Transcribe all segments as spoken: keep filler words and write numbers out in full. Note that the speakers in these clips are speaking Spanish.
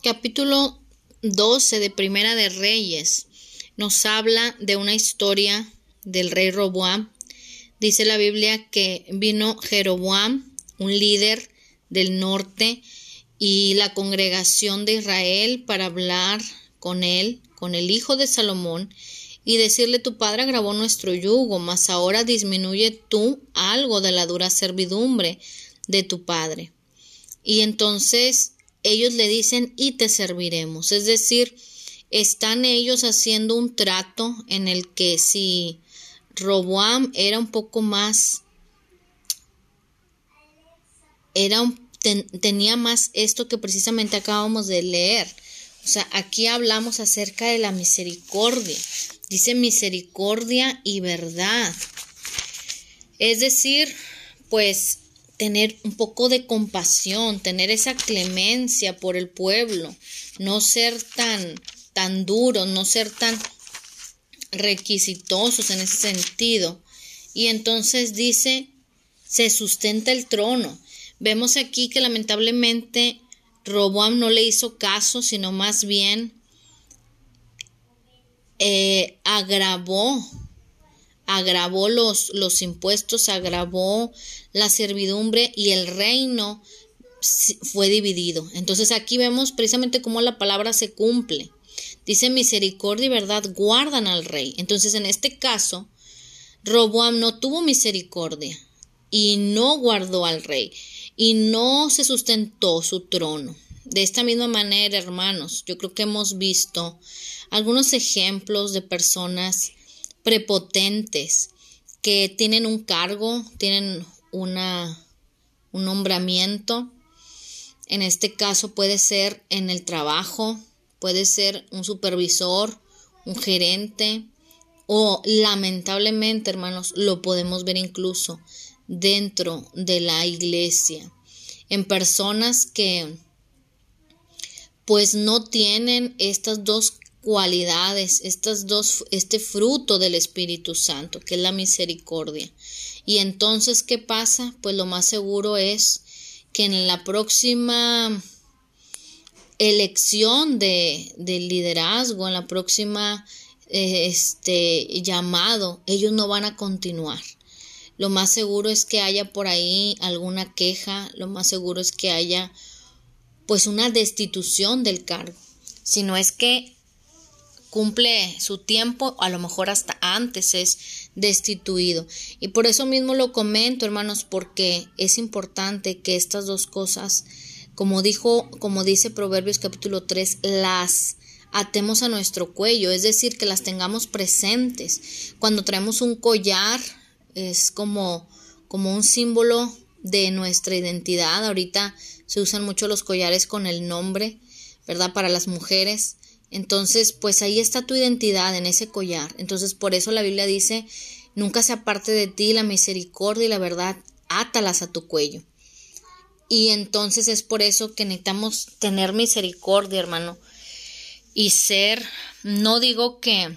Capítulo doce de Primera de Reyes nos habla de una historia del rey Roboam. Dice la Biblia que vino Jeroboam, un líder del norte, y la congregación de Israel para hablar con él, con el hijo de Salomón, y decirle: tu padre agravó nuestro yugo, mas ahora disminuye tú algo de la dura servidumbre de tu padre. Y entonces ellos le dicen: y te serviremos. Es decir, están ellos haciendo un trato en el que si Roboam era un poco más, era un, ten, tenía más esto que precisamente acabamos de leer. O sea, aquí hablamos acerca de la misericordia. Dice misericordia y verdad. Es decir, pues tener un poco de compasión, tener esa clemencia por el pueblo, no ser tan, tan duros, no ser tan requisitosos en ese sentido. Y entonces dice, se sustenta el trono. Vemos aquí que lamentablemente Roboam no le hizo caso, sino más bien eh, agravó, agravó los, los impuestos, agravó la servidumbre y el reino fue dividido. Entonces aquí vemos precisamente cómo la palabra se cumple. Dice misericordia y verdad guardan al rey. Entonces en este caso Roboam no tuvo misericordia y no guardó al rey y no se sustentó su trono. De esta misma manera, hermanos, yo creo que hemos visto algunos ejemplos de personas prepotentes que tienen un cargo, tienen una, un nombramiento. En este caso puede ser en el trabajo, puede ser un supervisor, un gerente, o lamentablemente, hermanos, lo podemos ver incluso dentro de la iglesia, en personas que pues no tienen estas dos cualidades, estas dos, este fruto del Espíritu Santo, que es la misericordia. Y entonces, ¿qué pasa? Pues lo más seguro es que en la próxima elección de, de liderazgo, en la próxima eh, este llamado, ellos no van a continuar. Lo más seguro es que haya por ahí alguna queja, lo más seguro es que haya pues una destitución del cargo. Si no es que cumple su tiempo, a lo mejor hasta antes es destituido. Y por eso mismo lo comento, hermanos, porque es importante que estas dos cosas, como dijo, como dice Proverbios capítulo tres, las atemos a nuestro cuello, es decir, que las tengamos presentes. Cuando traemos un collar, es como, como un símbolo de nuestra identidad. Ahorita se usan mucho los collares con el nombre, ¿verdad? Para las mujeres. Entonces, pues ahí está tu identidad en ese collar. Entonces, por eso la Biblia dice, nunca se aparte de ti la misericordia y la verdad, átalas a tu cuello. Y entonces es por eso que necesitamos tener misericordia, hermano, y ser, no digo que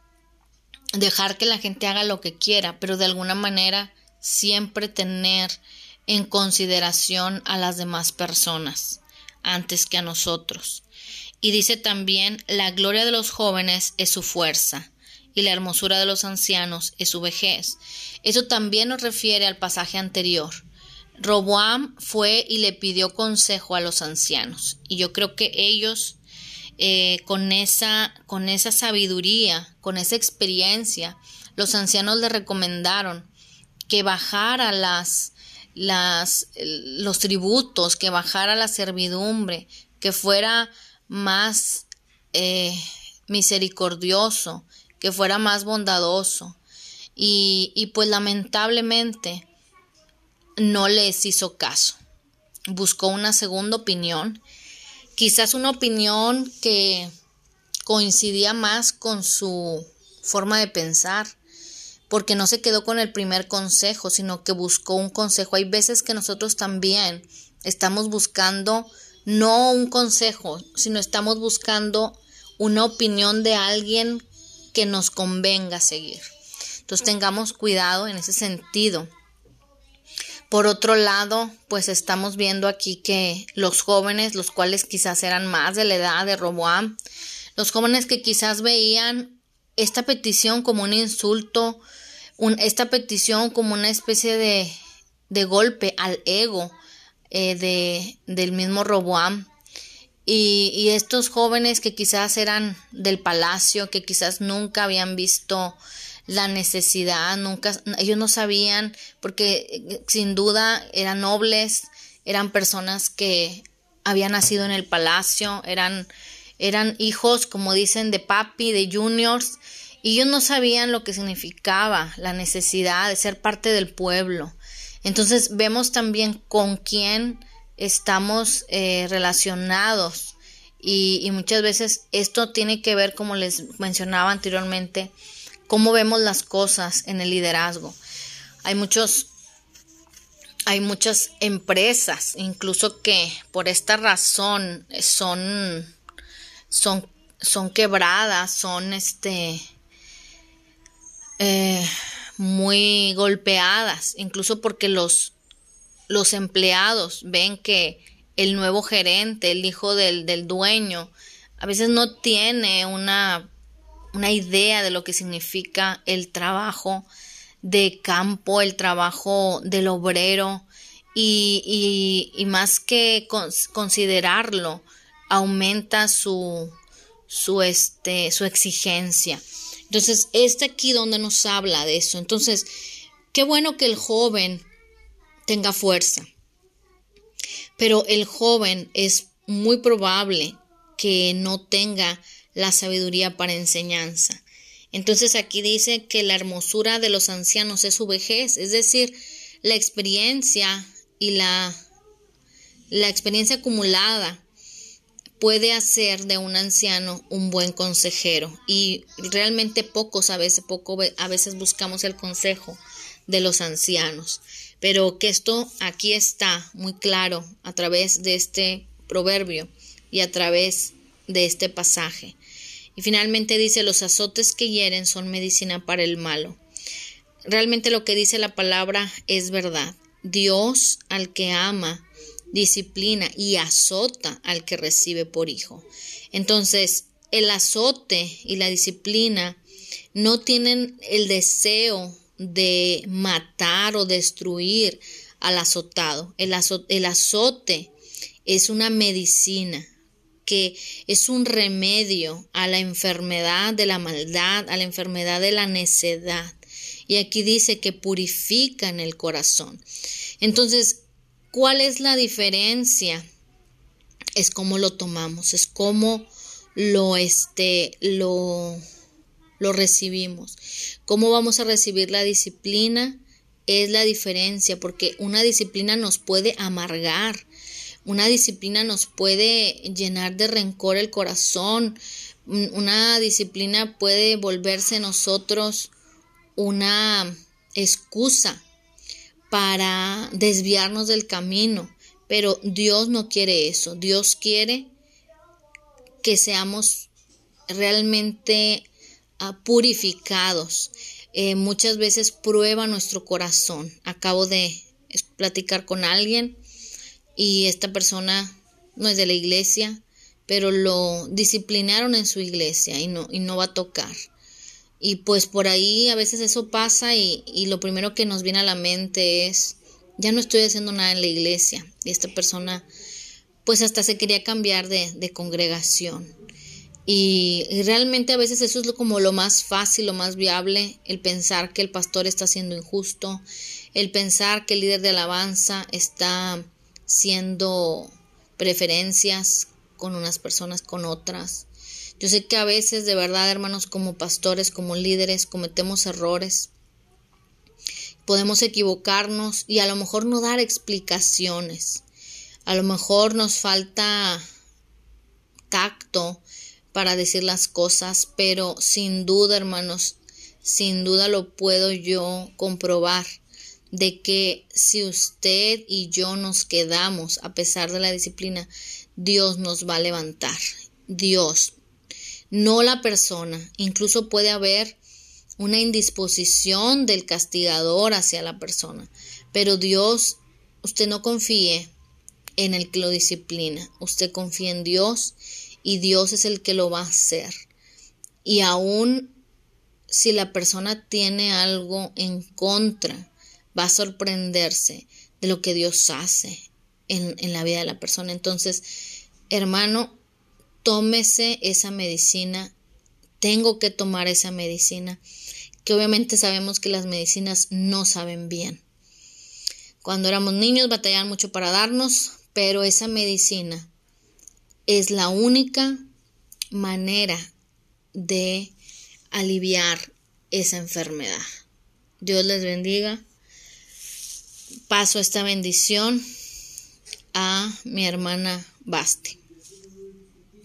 dejar que la gente haga lo que quiera, pero de alguna manera siempre tener en consideración a las demás personas antes que a nosotros. Y dice también, la gloria de los jóvenes es su fuerza y la hermosura de los ancianos es su vejez. Eso también nos refiere al pasaje anterior. Roboam fue y le pidió consejo a los ancianos, y yo creo que ellos eh, con esa, con esa sabiduría, con esa experiencia, los ancianos le recomendaron que bajara las Las, los tributos, que bajara la servidumbre, que fuera más eh, misericordioso, que fuera más bondadoso. Y, y pues lamentablemente no les hizo caso. Buscó una segunda opinión, quizás una opinión que coincidía más con su forma de pensar, porque no se quedó con el primer consejo, sino que buscó un consejo. Hay veces que nosotros también estamos buscando no un consejo, sino estamos buscando una opinión de alguien que nos convenga seguir. Entonces tengamos cuidado en ese sentido, Por otro lado, pues estamos viendo aquí que los jóvenes, los cuales quizás eran más de la edad de Roboam, los jóvenes que quizás veían esta petición como un insulto, un, esta petición como una especie de, de golpe al ego eh, de, del mismo Roboam. Y, y estos jóvenes que quizás eran del palacio, que quizás nunca habían visto la necesidad, nunca, ellos no sabían, porque sin duda eran nobles, eran personas que habían nacido en el palacio, eran, eran hijos, como dicen, de papi, de juniors, y ellos no sabían lo que significaba la necesidad de ser parte del pueblo. Entonces vemos también con quién estamos eh, relacionados, y, y muchas veces esto tiene que ver, como les mencionaba anteriormente, cómo vemos las cosas en el liderazgo. Hay muchos, hay muchas empresas, incluso que por esta razón son, son, son quebradas, son este, eh, muy golpeadas, incluso porque los, los empleados ven que el nuevo gerente, el hijo del, del dueño, a veces no tiene una una idea de lo que significa el trabajo de campo, el trabajo del obrero, y, y, y más que cons- considerarlo, aumenta su, su, este, su exigencia. Entonces, es aquí donde nos habla de eso. Entonces, qué bueno que el joven tenga fuerza, pero el joven es muy probable que no tenga la sabiduría para enseñanza. Entonces aquí dice que la hermosura de los ancianos es su vejez, es decir, la experiencia y la, la experiencia acumulada puede hacer de un anciano un buen consejero, y realmente pocos a veces, poco, a veces buscamos el consejo de los ancianos, pero que esto aquí está muy claro a través de este proverbio y a través de este pasaje. Y finalmente dice, los azotes que hieren son medicina para el malo. Realmente lo que dice la palabra es verdad. Dios al que ama, disciplina y azota al que recibe por hijo. Entonces, el azote y la disciplina no tienen el deseo de matar o destruir al azotado. El azote, el azote es una medicina, que es un remedio a la enfermedad de la maldad, a la enfermedad de la necedad. Y aquí dice que purifica en el corazón. Entonces, ¿cuál es la diferencia? Es cómo lo tomamos, es cómo lo, este, lo, lo recibimos. ¿Cómo vamos a recibir la disciplina? Es la diferencia, porque una disciplina nos puede amargar. Una disciplina nos puede llenar de rencor el corazón. Una disciplina puede volverse en nosotros una excusa para desviarnos del camino. Pero Dios no quiere eso. Dios quiere que seamos realmente uh, purificados. Eh, muchas veces prueba nuestro corazón. Acabo de platicar con alguien y esta persona no es de la iglesia, pero lo disciplinaron en su iglesia y no, y no va a tocar. Y pues por ahí a veces eso pasa y, y lo primero que nos viene a la mente es, ya no estoy haciendo nada en la iglesia. Y esta persona pues hasta se quería cambiar de, de congregación. Y, y realmente a veces eso es lo, como lo más fácil, lo más viable, el pensar que el pastor está siendo injusto, el pensar que el líder de alabanza está siendo preferencias con unas personas con otras. Yo sé que a veces, de verdad, hermanos, como pastores, como líderes, cometemos errores. Podemos equivocarnos y a lo mejor no dar explicaciones. A lo mejor nos falta tacto para decir las cosas, pero sin duda, hermanos, sin duda lo puedo yo comprobar, de que si usted y yo nos quedamos a pesar de la disciplina, Dios nos va a levantar. Dios, no la persona. Incluso puede haber una indisposición del castigador hacia la persona, pero Dios usted no confíe en el que lo disciplina, usted confía en Dios y Dios es el que lo va a hacer. Y aún si la persona tiene algo en contra, va a sorprenderse de lo que Dios hace en, en la vida de la persona. Entonces, hermano, tómese esa medicina. Tengo que tomar esa medicina, que obviamente sabemos que las medicinas no saben bien. Cuando éramos niños batallaban mucho para darnos, pero esa medicina es la única manera de aliviar esa enfermedad. Dios les bendiga. Paso esta bendición a mi hermana Baste.